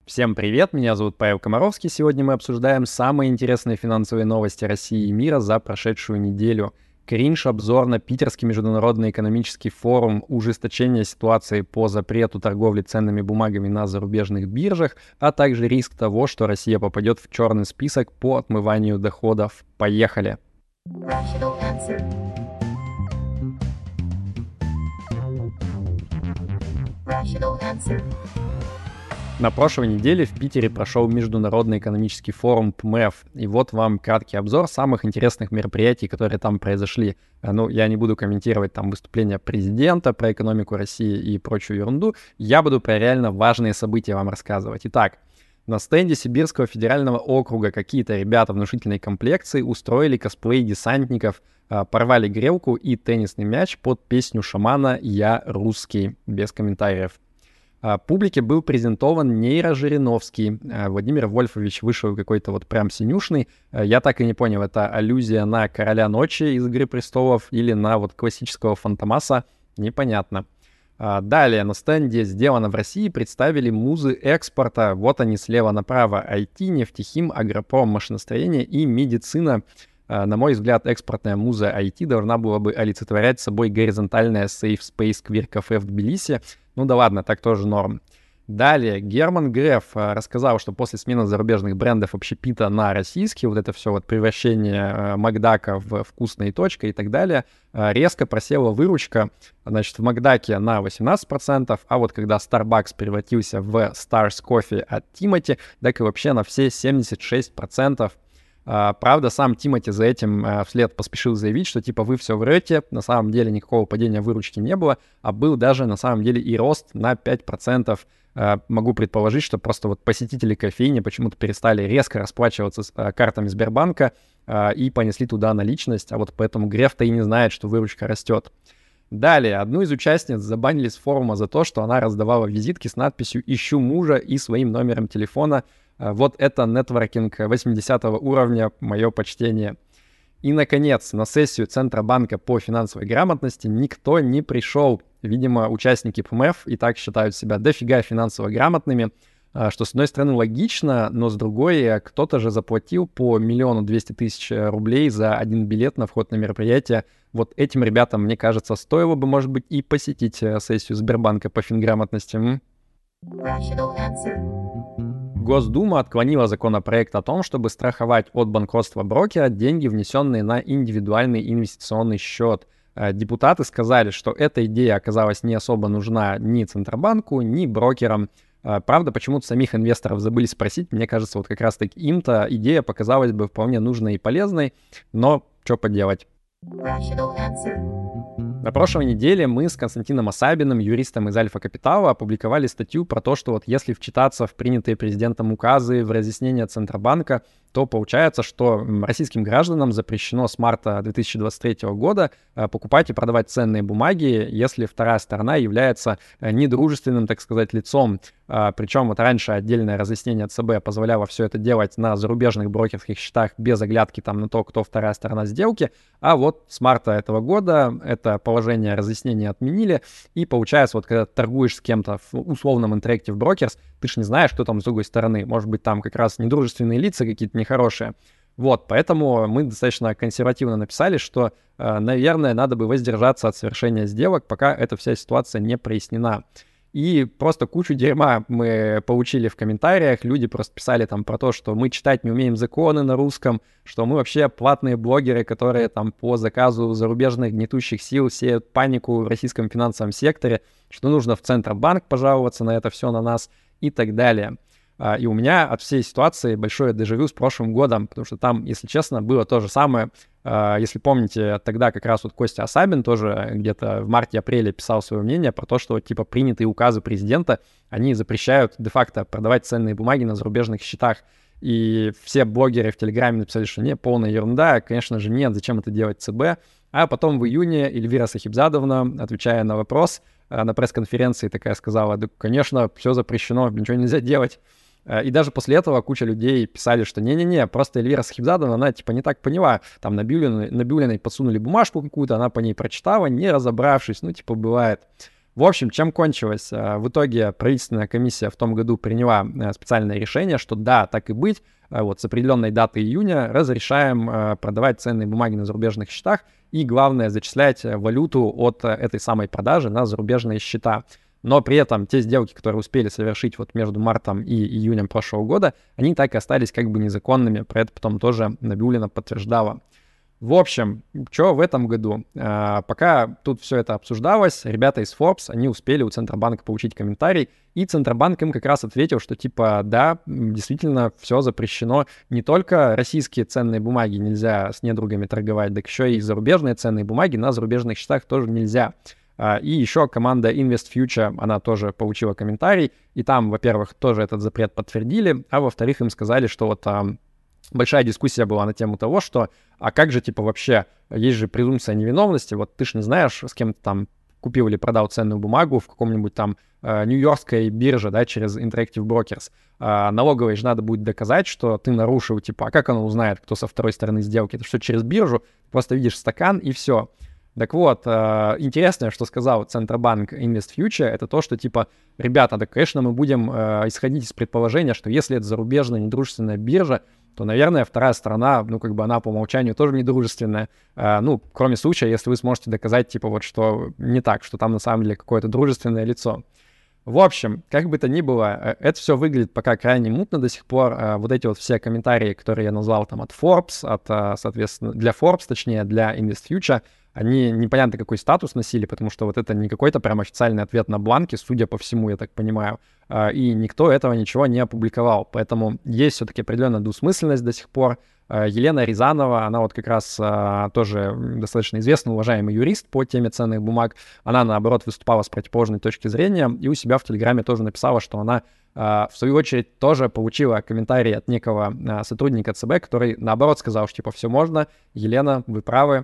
Всем привет, меня зовут Павел Комаровский. Сегодня мы обсуждаем самые интересные финансовые новости России и мира за прошедшую неделю. Кринж-обзор на Питерский международный экономический форум, ужесточение ситуации по запрету торговли ценными бумагами на зарубежных биржах, а также риск того, что Россия попадет в черный список по отмыванию доходов. Поехали! Rational answer. Rational answer. На прошлой неделе в Питере прошел Международный экономический форум ПМЭФ. И вот вам краткий обзор самых интересных мероприятий, которые там произошли. Я не буду комментировать там выступления президента про экономику России и прочую ерунду. Я буду про реально важные события вам рассказывать. Итак, на стенде Сибирского федерального округа какие-то ребята внушительной комплекции устроили косплей десантников, порвали грелку и теннисный мяч под песню шамана «Я русский», без комментариев. Публике был презентован Нейро Жириновский. Владимир Вольфович вышел какой-то вот прям синюшный. Я так и не понял, это аллюзия на Короля Ночи из «Игры престолов» или на вот классического Фантомаса, непонятно. Далее на стенде «Сделано в России» представили музы экспорта. Вот они слева направо: IT, нефтехим, агропром, машиностроение и медицина. На мой взгляд, экспортная муза IT должна была бы олицетворять собой горизонтальное Safe Space Queer Cafe в Тбилиси. Ну да ладно, так тоже норм. Далее, Герман Греф рассказал, что после смены зарубежных брендов общепита на российские, вот это все вот превращение Макдака в вкусные точка и так далее, резко просела выручка, значит, в Макдаке на 18%, а вот когда Starbucks превратился в Stars Coffee от Тимати, так и вообще на все 76%. Правда, сам Тимати за этим вслед поспешил заявить, что типа вы все врете, на самом деле никакого падения выручки не было, а был даже на самом деле и рост на 5%. Могу предположить, что просто вот посетители кофейни почему-то перестали резко расплачиваться с картами Сбербанка и понесли туда наличность, а вот поэтому Греф-то и не знает, что выручка растет. Далее, одну из участниц забанили с форума за то, что она раздавала визитки с надписью «Ищу мужа» и своим номером телефона. Вот это нетворкинг 80 уровня, мое почтение. И, наконец, на сессию Центробанка по финансовой грамотности никто не пришел. Видимо, участники ПМЭФ и так считают себя дофига финансово грамотными, что, с одной стороны, логично, но с другой, кто-то же заплатил по 1 200 000 рублей за один билет на вход на мероприятие. Вот этим ребятам, мне кажется, стоило бы, может быть, и посетить сессию Сбербанка по финграмотности. Госдума отклонила законопроект о том, чтобы страховать от банкротства брокера деньги, внесенные на индивидуальный инвестиционный счет. Депутаты сказали, что эта идея оказалась не особо нужна ни Центробанку, ни брокерам. Правда, почему-то самих инвесторов забыли спросить. Мне кажется, вот как раз-таки им-то идея показалась бы вполне нужной и полезной, но что поделать. На прошлой неделе мы с Константином Асабиным, юристом из Альфа Капитала, опубликовали статью про то, что вот если вчитаться в принятые президентом указы, в разъяснения Центробанка, то получается, что российским гражданам запрещено с марта 2023 года покупать и продавать ценные бумаги, если вторая сторона является недружественным, так сказать, лицом. Причем вот раньше отдельное разъяснение ЦБ позволяло все это делать на зарубежных брокерских счетах без оглядки там на то, кто вторая сторона сделки. А вот с марта этого года это положение разъяснения отменили. И получается, вот когда торгуешь с кем-то в условном Interactive Brokers, ты ж не знаешь, кто там с другой стороны. Может быть, там как раз недружественные лица какие-то нехорошие. Вот, поэтому мы достаточно консервативно написали, что, наверное, надо бы воздержаться от совершения сделок, пока эта вся ситуация не прояснена. И просто кучу дерьма мы получили в комментариях. Люди просто писали там про то, что мы читать не умеем законы на русском, что мы вообще платные блогеры, которые там по заказу зарубежных гнетущих сил сеют панику в российском финансовом секторе, что нужно в Центробанк пожаловаться на это все на нас и так далее. И у меня от всей ситуации большое дежавю с прошлым годом, потому что там, если честно, было то же самое. Если помните, тогда как раз вот Костя Асабин тоже где-то в марте-апреле писал свое мнение про то, что типа принятые указы президента, они запрещают де-факто продавать ценные бумаги на зарубежных счетах. И все блогеры в Телеграме написали, что не, полная ерунда, конечно же нет, зачем это делать ЦБ. А потом в июне Эльвира Сахибзадовна, отвечая на вопрос на пресс-конференции, такая сказала: да, конечно, все запрещено, ничего нельзя делать. И даже после этого куча людей писали, что не-не-не, просто Эльвира Сахибзадовна, она типа не так поняла. Там Набиуллиной подсунули бумажку какую-то, она по ней прочитала, не разобравшись, ну типа бывает. В общем, чем кончилось? В итоге правительственная комиссия в том году приняла специальное решение, что да, так и быть, вот с определенной даты июня разрешаем продавать ценные бумаги на зарубежных счетах и, главное, зачислять валюту от этой самой продажи на зарубежные счета. Но при этом те сделки, которые успели совершить вот между мартом и июнем прошлого года, они так и остались как бы незаконными. Про это потом тоже Набиуллина подтверждала. В общем, что в этом году? Пока тут все это обсуждалось, ребята из Forbes, они успели у Центробанка получить комментарий, и Центробанк им как раз ответил, что типа да, действительно все запрещено, не только российские ценные бумаги нельзя с недругами торговать, так еще и зарубежные ценные бумаги на зарубежных счетах тоже нельзя. И еще команда Invest Future, она тоже получила комментарий, и там, во-первых, тоже этот запрет подтвердили, а во-вторых, им сказали, что вот большая дискуссия была на тему того, что, а как же, типа, вообще, есть же презумпция невиновности, вот ты ж не знаешь, с кем ты там купил или продал ценную бумагу в каком-нибудь там нью-йоркской бирже, да, через Interactive Brokers. Налоговой же надо будет доказать, что ты нарушил, типа, а как она узнает, кто со второй стороны сделки? Это что, через биржу? Просто видишь стакан и все. Так вот, интересное, что сказал Центробанк Invest Future, это то, что, типа, ребята, да, конечно, мы будем исходить из предположения, что если это зарубежная недружественная биржа, то, наверное, вторая сторона, ну, как бы она по умолчанию тоже недружественная. Ну, кроме случая, если вы сможете доказать, типа, вот что не так, что там на самом деле какое-то дружественное лицо. В общем, как бы то ни было, это все выглядит пока крайне мутно до сих пор. Вот эти вот все комментарии, которые я назвал там от Forbes, соответственно, для Forbes, точнее, для Invest Future, они непонятно какой статус носили, потому что вот это не какой-то прям официальный ответ на бланке, судя по всему, я так понимаю, и никто этого ничего не опубликовал. Поэтому есть все-таки определенная двусмысленность до сих пор. Елена Рязанова, она вот как раз тоже достаточно известный, уважаемый юрист по теме ценных бумаг. Она, наоборот, выступала с противоположной точки зрения и у себя в Телеграме тоже написала, что она, в свою очередь, тоже получила комментарий от некого сотрудника ЦБ, который, наоборот, сказал, что, типа, все можно, Елена, вы правы.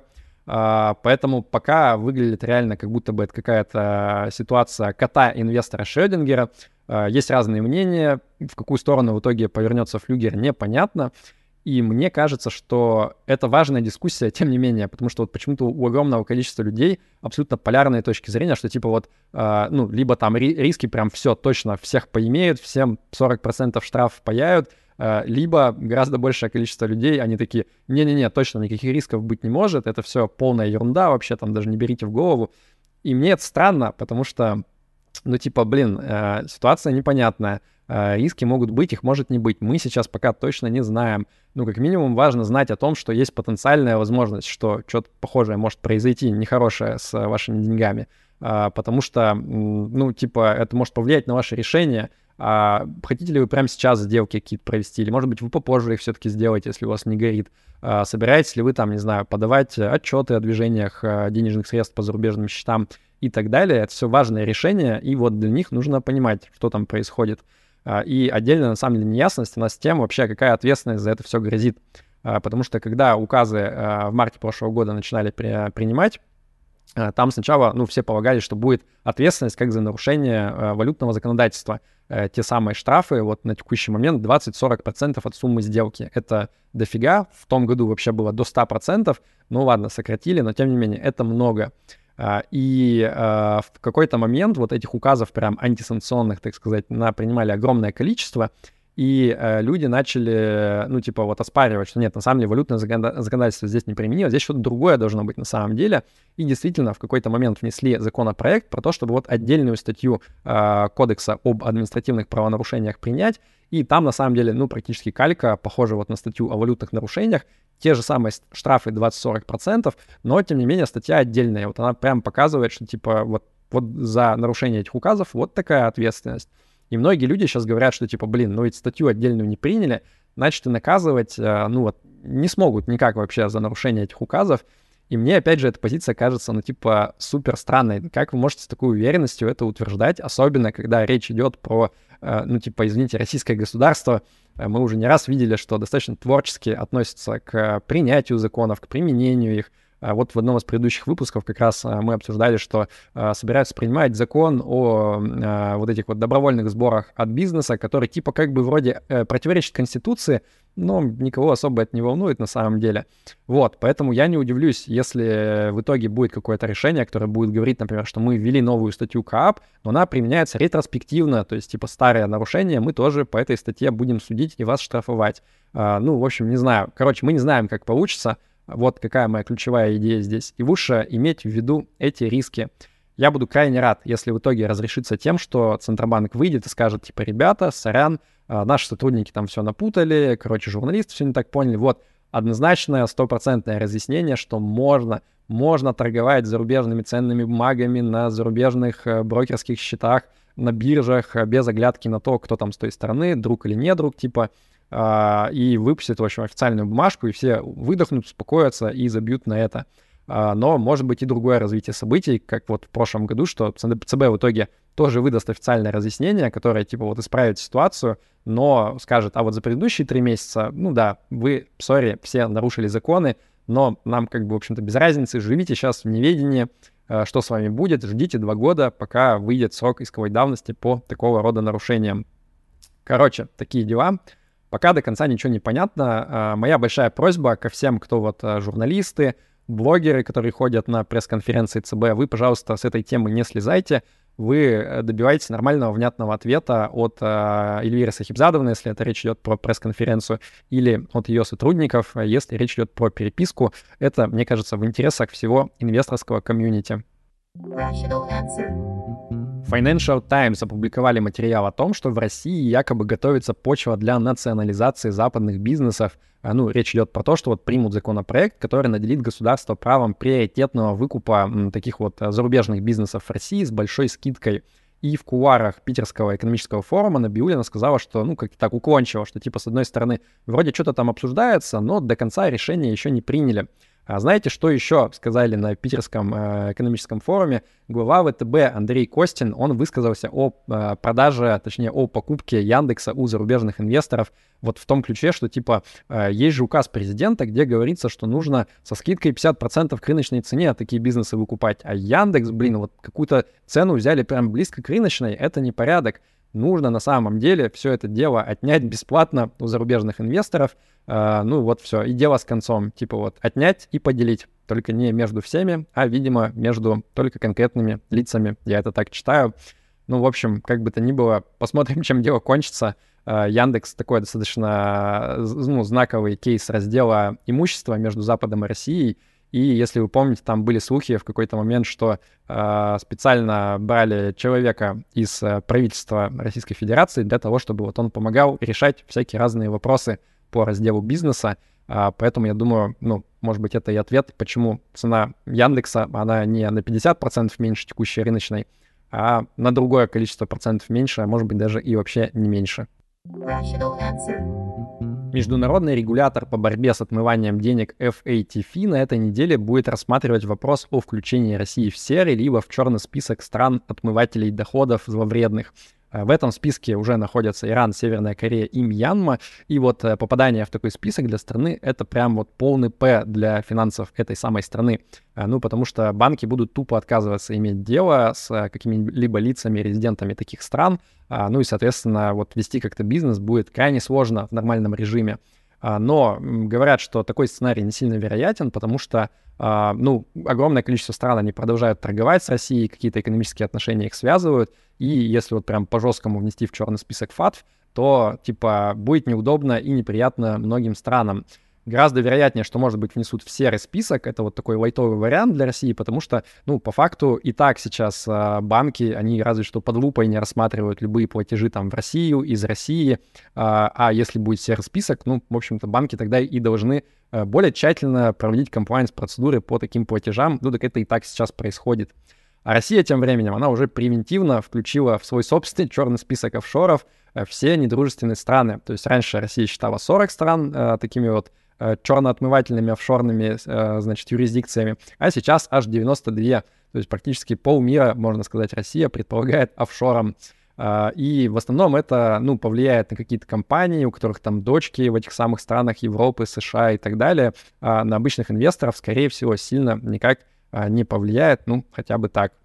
Поэтому пока выглядит реально, как будто бы это какая-то ситуация кота-инвестора Шрёдингера. Есть разные мнения, в какую сторону в итоге повернется флюгер, непонятно. И мне кажется, что это важная дискуссия, тем не менее, потому что вот почему-то у огромного количества людей абсолютно полярные точки зрения, что типа вот, ну, либо там риски прям все точно всех поимеют, всем 40% штраф паяют, либо гораздо большее количество людей, они такие, не-не-не, точно никаких рисков быть не может, это все полная ерунда вообще, там даже не берите в голову. И мне это странно, потому что, ну, типа, блин, ситуация непонятная, риски могут быть, их может не быть. Мы сейчас пока точно не знаем. Ну, как минимум, важно знать о том, что есть потенциальная возможность, что что-то похожее может произойти, нехорошее с вашими деньгами, потому что, ну, типа, это может повлиять на ваше решение. Хотите ли вы прямо сейчас сделки какие-то провести, или, может быть, вы попозже их все-таки сделаете, если у вас не горит. Собираетесь ли вы там, не знаю, подавать отчеты о движениях денежных средств по зарубежным счетам и так далее. Это все важные решения, и вот для них нужно понимать, что там происходит. И отдельно, на самом деле, неясность у нас с тем вообще, какая ответственность за это все грозит. Потому что когда указы в марте прошлого года начинали принимать, там сначала, ну, все полагали, что будет ответственность как за нарушение валютного законодательства. Те самые штрафы, вот на текущий момент 20-40% от суммы сделки. Это дофига. В том году вообще было до 100%. Ну ладно, сократили, но тем не менее, это много. И в какой-то момент вот этих указов прям антисанкционных, так сказать, принимали огромное количество, и люди начали, ну, типа, вот оспаривать, что нет, на самом деле валютное законодательство здесь не применимо, здесь что-то другое должно быть на самом деле. И действительно в какой-то момент внесли законопроект про то, чтобы вот отдельную статью Кодекса об административных правонарушениях принять, и там на самом деле, ну, практически калька, похожа вот на статью о валютных нарушениях, те же самые штрафы 20-40%, но, тем не менее, статья отдельная. Вот она прям показывает, что, типа, вот за нарушение этих указов вот такая ответственность. И многие люди сейчас говорят, что, типа, блин, ну ведь статью отдельную не приняли, значит, и наказывать, ну вот, не смогут никак вообще за нарушение этих указов. И мне, опять же, эта позиция кажется, ну, типа, супер странной. Как вы можете с такой уверенностью это утверждать, особенно когда речь идет про, ну, типа, извините, российское государство. Мы уже не раз видели, что достаточно творчески относятся к принятию законов, к применению их. Вот в одном из предыдущих выпусков как раз мы обсуждали, что собираются принимать закон о вот этих вот добровольных сборах от бизнеса, который типа как бы вроде противоречит Конституции, но никого особо это не волнует на самом деле. Вот, поэтому я не удивлюсь, если в итоге будет какое-то решение, которое будет говорить, например, что мы ввели новую статью КоАП, но она применяется ретроспективно, то есть типа старое нарушение, мы тоже по этой статье будем судить и вас штрафовать. Ну, в общем, не знаю. Короче, мы не знаем, как получится. Вот какая моя ключевая идея здесь. И лучше иметь в виду эти риски. Я буду крайне рад, если в итоге разрешится тем, что Центробанк выйдет и скажет, типа, ребята, сорян, наши сотрудники там все напутали, короче, журналисты все не так поняли. Вот однозначное, стопроцентное разъяснение, что можно торговать зарубежными ценными бумагами на зарубежных брокерских счетах, на биржах, без оглядки на то, кто там с той стороны, друг или не друг, типа, и выпустят, в общем, официальную бумажку, и все выдохнут, успокоятся и забьют на это. Но может быть и другое развитие событий, как вот в прошлом году, что ЦБ в итоге тоже выдаст официальное разъяснение, которое типа вот исправит ситуацию, но скажет, а вот за предыдущие 3 месяца, ну да, вы, сори, все нарушили законы, но нам как бы, в общем-то, без разницы, живите сейчас в неведении, что с вами будет, ждите 2 года, пока выйдет срок исковой давности по такого рода нарушениям. Короче, такие дела. Пока до конца ничего не понятно. Моя большая просьба ко всем, кто вот журналисты, блогеры, которые ходят на пресс-конференции ЦБ, вы, пожалуйста, с этой темы не слезайте. Вы добиваетесь нормального, внятного ответа от Эльвиры Сахибзадовны, если это речь идет про пресс-конференцию, или от ее сотрудников, если речь идет про переписку. Это, мне кажется, в интересах всего инвесторского комьюнити. Financial Times опубликовали материал о том, что в России якобы готовится почва для национализации западных бизнесов. Ну, речь идет про то, что вот примут законопроект, который наделит государство правом приоритетного выкупа таких вот зарубежных бизнесов в России с большой скидкой. И в кулуарах Питерского экономического форума Набиуллина сказала, что, ну, как так уклончиво, что типа с одной стороны вроде что-то там обсуждается, но до конца решения еще не приняли. А знаете, что еще сказали на Питерском экономическом форуме? Глава ВТБ Андрей Костин, он высказался о продаже, точнее, о покупке Яндекса у зарубежных инвесторов вот в том ключе, что типа есть же указ президента, где говорится, что нужно со скидкой 50% к рыночной цене такие бизнесы выкупать. А Яндекс, блин, вот какую-то цену взяли прям близко к рыночной, это непорядок. Нужно на самом деле все это дело отнять бесплатно у зарубежных инвесторов. Ну вот все, и дело с концом. Типа вот отнять и поделить. Только не между всеми, а, видимо, между только конкретными лицами. Я это так читаю. Ну, в общем, как бы то ни было, посмотрим, чем дело кончится. Яндекс такой достаточно знаковый кейс раздела имущества между Западом и Россией. И если вы помните, там были слухи в какой-то момент, что специально брали человека из правительства Российской Федерации для того, чтобы вот он помогал решать всякие разные вопросы по разделу бизнеса. Поэтому я думаю, ну, может быть, это и ответ, почему цена Яндекса, она не на 50% меньше текущей рыночной, а на другое количество процентов меньше, а может быть, даже и вообще не меньше. Международный регулятор по борьбе с отмыванием денег FATF на этой неделе будет рассматривать вопрос о включении России в серый либо в черный список стран-отмывателей доходов зловредных. В этом списке уже находятся Иран, Северная Корея и Мьянма. И вот попадание в такой список для страны — это прям вот полный П для финансов этой самой страны. Ну, потому что банки будут тупо отказываться иметь дело с какими-либо лицами, резидентами таких стран. Ну и, соответственно, вот вести как-то бизнес будет крайне сложно в нормальном режиме. Но говорят, что такой сценарий не сильно вероятен, потому что, ну, огромное количество стран, они продолжают торговать с Россией, какие-то экономические отношения их связывают, и если вот прям по-жесткому внести в черный список ФАТФ, то, типа, будет неудобно и неприятно многим странам. Гораздо вероятнее, что, может быть, внесут в серый список. Это вот такой лайтовый вариант для России, потому что, ну, по факту и так сейчас банки, они разве что под лупой не рассматривают любые платежи там в Россию, из России. А если будет серый список, ну, в общем-то, банки тогда и должны более тщательно проводить комплаенс-процедуры по таким платежам. Ну, так это и так сейчас происходит. А Россия тем временем, она уже превентивно включила в свой собственный черный список офшоров все недружественные страны. То есть раньше Россия считала 40 стран такими вот черноотмывательными офшорными, значит, юрисдикциями, а сейчас аж 92. То есть практически полмира, можно сказать, Россия предполагает офшором. И в основном это, ну, повлияет на какие-то компании, у которых там дочки в этих самых странах Европы, США и так далее. А на обычных инвесторов, скорее всего, сильно никак не повлияет, ну, хотя бы так.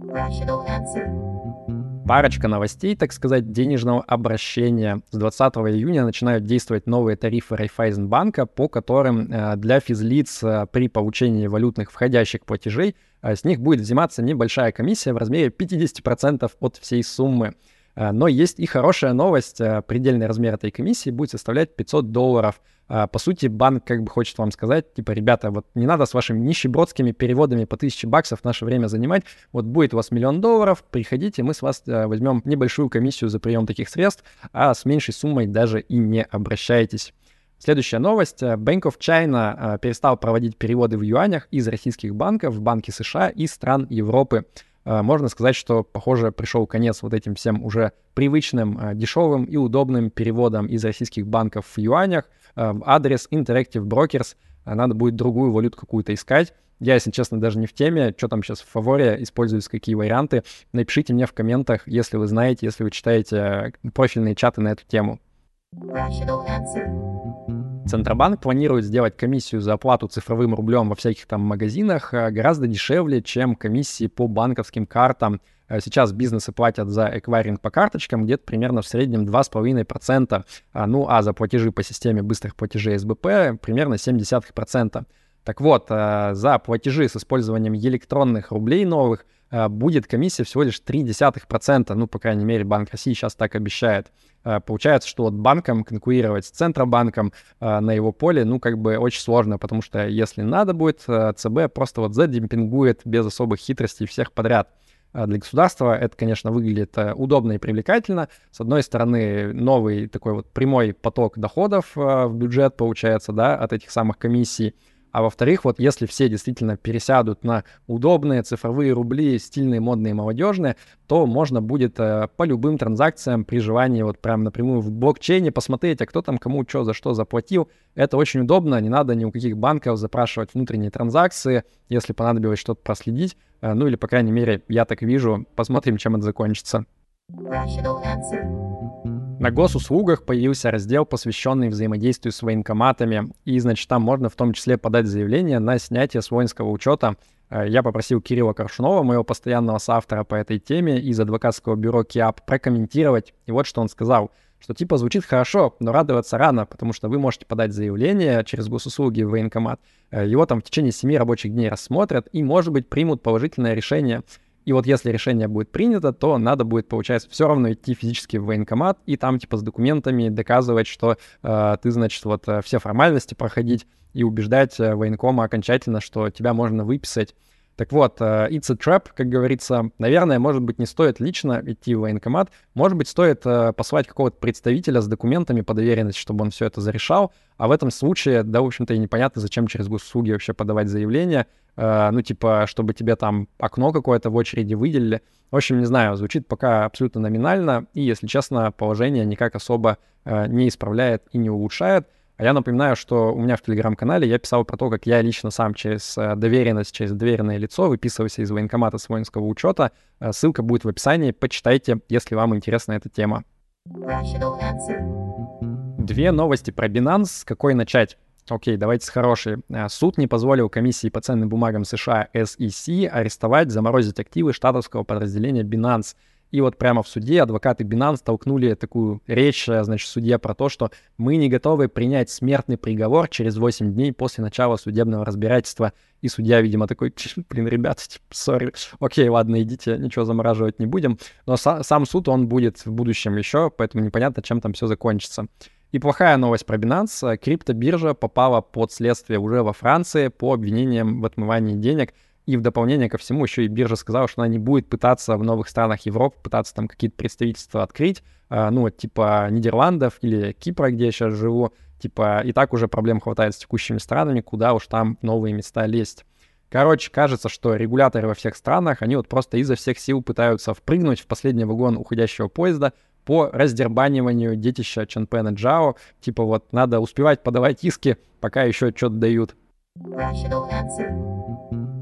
Парочка новостей, так сказать, денежного обращения. С 20 июня начинают действовать новые тарифы Райффайзенбанка, по которым для физлиц при получении валютных входящих платежей с них будет взиматься небольшая комиссия в размере 50% от всей суммы. Но есть и хорошая новость. Предельный размер этой комиссии будет составлять $500. По сути, банк как бы хочет вам сказать, типа, ребята, вот не надо с вашими нищебродскими переводами по $1000 в наше время занимать. Вот будет у вас $1 миллион, приходите, мы с вас возьмем небольшую комиссию за прием таких средств, а с меньшей суммой даже и не обращайтесь. Следующая новость. Bank of China перестал проводить переводы в юанях из российских банков в банки США и стран Европы. Можно сказать, что, похоже, пришел конец вот этим всем уже привычным, дешевым и удобным переводам из российских банков в юанях. Адрес Interactive Brokers. Надо будет другую валюту какую-то искать. Я, если честно, даже не в теме, что там сейчас в фаворе используются, какие варианты. Напишите мне в комментах, если вы знаете, если вы читаете профильные чаты на эту тему. Центробанк планирует сделать комиссию за оплату цифровым рублем во всяких там магазинах гораздо дешевле, чем комиссии по банковским картам. Сейчас бизнесы платят за эквайринг по карточкам где-то примерно в среднем 2,5%. Ну а за платежи по системе быстрых платежей СБП примерно 0,7%. Так вот, за платежи с использованием электронных рублей новых будет комиссия всего лишь 0,3%. Ну, по крайней мере, Банк России сейчас так обещает. Получается, что вот банкам конкурировать с Центробанком на его поле, ну, как бы очень сложно, потому что если надо будет, ЦБ просто вот задемпингует без особых хитростей всех подряд. Для государства это, конечно, выглядит удобно и привлекательно. С одной стороны, новый такой вот прямой поток доходов в бюджет получается, да, от этих самых комиссий. А во-вторых, вот если все действительно пересядут на удобные цифровые рубли, стильные, модные, молодежные, то можно будет по любым транзакциям при желании вот прям напрямую в блокчейне посмотреть, а кто там кому что за что заплатил. Это очень удобно, не надо ни у каких банков запрашивать внутренние транзакции, если понадобилось что-то проследить. Ну или, по крайней мере, я так вижу. Посмотрим, чем это закончится. На госуслугах появился раздел, посвященный взаимодействию с военкоматами, и, значит, там можно в том числе подать заявление на снятие с воинского учета. Я попросил Кирилла Коршунова, моего постоянного соавтора по этой теме из адвокатского бюро КИАП, прокомментировать. И вот что он сказал, что типа звучит хорошо, но радоваться рано, потому что вы можете подать заявление через госуслуги в военкомат. Его там в течение 7 рабочих дней рассмотрят и, может быть, примут положительное решение. И вот если решение будет принято, то надо будет, получается, все равно идти физически в военкомат и там типа с документами доказывать, что ты, значит, вот все формальности проходить и убеждать военкома окончательно, что тебя можно выписать. Так вот, it's a trap, как говорится. Наверное, может быть, не стоит лично идти в военкомат. Может быть, стоит послать какого-то представителя с документами по доверенности, чтобы он все это зарешал. А в этом случае, да, в общем-то, и непонятно, зачем через госуслуги вообще подавать заявление. Ну, типа, чтобы тебе там окно какое-то в очереди выделили. В общем, не знаю, звучит пока абсолютно номинально. И, если честно, положение никак особо не исправляет и не улучшает. А я напоминаю, что у меня в Телеграм-канале я писал про то, как я лично сам через доверенность, через доверенное лицо выписывался из военкомата с воинского учета. Ссылка будет в описании, почитайте, если вам интересна эта тема. Две новости про Binance. С какой начать? Окей, давайте с хорошей. Суд не позволил комиссии по ценным бумагам США SEC арестовать, заморозить активы штатовского подразделения Binance. И вот прямо в суде адвокаты Binance толкнули такую речь, значит, в суде про то, что мы не готовы принять смертный приговор через 8 дней после начала судебного разбирательства. И судья, видимо, такой, блин, ребята, типа, сори, окей, ладно, идите, ничего замораживать не будем. Но сам суд, он будет в будущем еще, поэтому непонятно, чем там все закончится. И плохая новость про Binance. Криптобиржа попала под следствие уже во Франции по обвинениям в отмывании денег. И в дополнение ко всему еще и биржа сказала, что она не будет пытаться в новых странах Европы, пытаться там какие-то представительства открыть, ну вот типа Нидерландов или Кипра, где я сейчас живу, типа и так уже проблем хватает с текущими странами, куда уж там новые места лезть. Короче, кажется, что регуляторы во всех странах, они вот просто изо всех сил пытаются впрыгнуть в последний вагон уходящего поезда по раздербаниванию детища Чэньпэна Джао. Типа вот надо успевать подавать иски, пока еще что-то дают.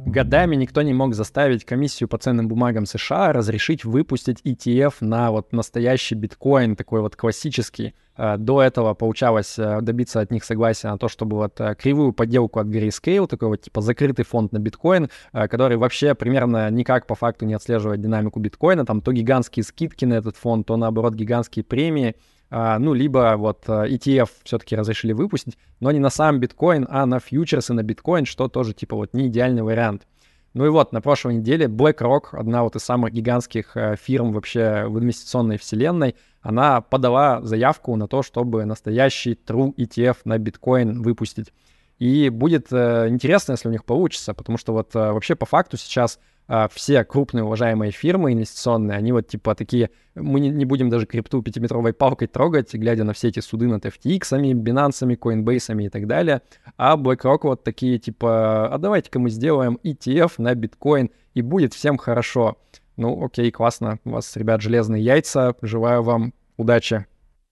Годами никто не мог заставить комиссию по ценным бумагам США разрешить выпустить ETF на вот настоящий биткоин, такой вот классический. До этого получалось добиться от них согласия на то, чтобы вот кривую подделку от Grayscale, такой вот типа закрытый фонд на биткоин, который вообще примерно никак по факту не отслеживает динамику биткоина, там то гигантские скидки на этот фонд, то наоборот гигантские премии. Ну, либо вот ETF все-таки разрешили выпустить, но не на сам биткоин, а на фьючерсы на биткоин, что тоже типа вот не идеальный вариант. Ну и вот на прошлой неделе BlackRock, одна вот из самых гигантских фирм вообще в инвестиционной вселенной, она подала заявку на то, чтобы настоящий True ETF на биткоин выпустить. И будет интересно, если у них получится, потому что вот вообще по факту сейчас все крупные уважаемые фирмы инвестиционные, они вот типа такие, мы не будем даже крипту пятиметровой палкой трогать, глядя на все эти суды над FTX, Binance, Coinbase и так далее, а BlackRock вот такие типа, а давайте-ка мы сделаем ETF на биткоин, и будет всем хорошо. Ну окей, классно, у вас, ребят, железные яйца, желаю вам удачи.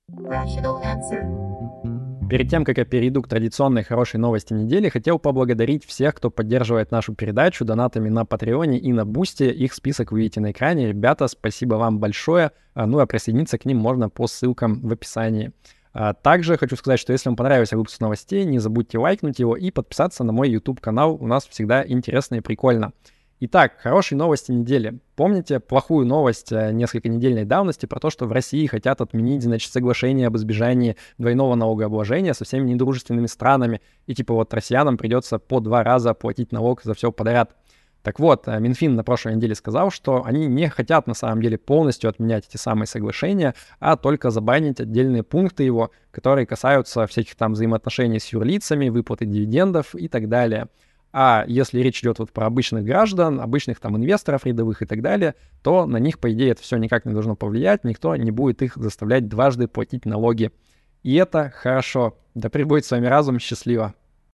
Перед тем, как я перейду к традиционной хорошей новости недели, хотел поблагодарить всех, кто поддерживает нашу передачу донатами на Патреоне и на Бусти. Их список вы видите на экране. Ребята, спасибо вам большое. Ну а присоединиться к ним можно по ссылкам в описании. Также хочу сказать, что если вам понравился выпуск новостей, не забудьте лайкнуть его и подписаться на мой YouTube-канал. У нас всегда интересно и прикольно. Итак, хорошие новости недели. Помните плохую новость несколько недельной давности про то, что в России хотят отменить, значит, соглашение об избежании двойного налогообложения со всеми недружественными странами. И типа вот россиянам придется по 2 раза платить налог за все подряд. Так вот, Минфин на прошлой неделе сказал, что они не хотят на самом деле полностью отменять эти самые соглашения, а только забанить отдельные пункты его, которые касаются всяких там взаимоотношений с юрлицами, выплаты дивидендов и так далее. А если речь идет вот про обычных граждан, обычных там инвесторов рядовых и так далее, то на них, по идее, это все никак не должно повлиять, никто не будет их заставлять дважды платить налоги. И это хорошо. Да пребудет с вами разум, счастливо.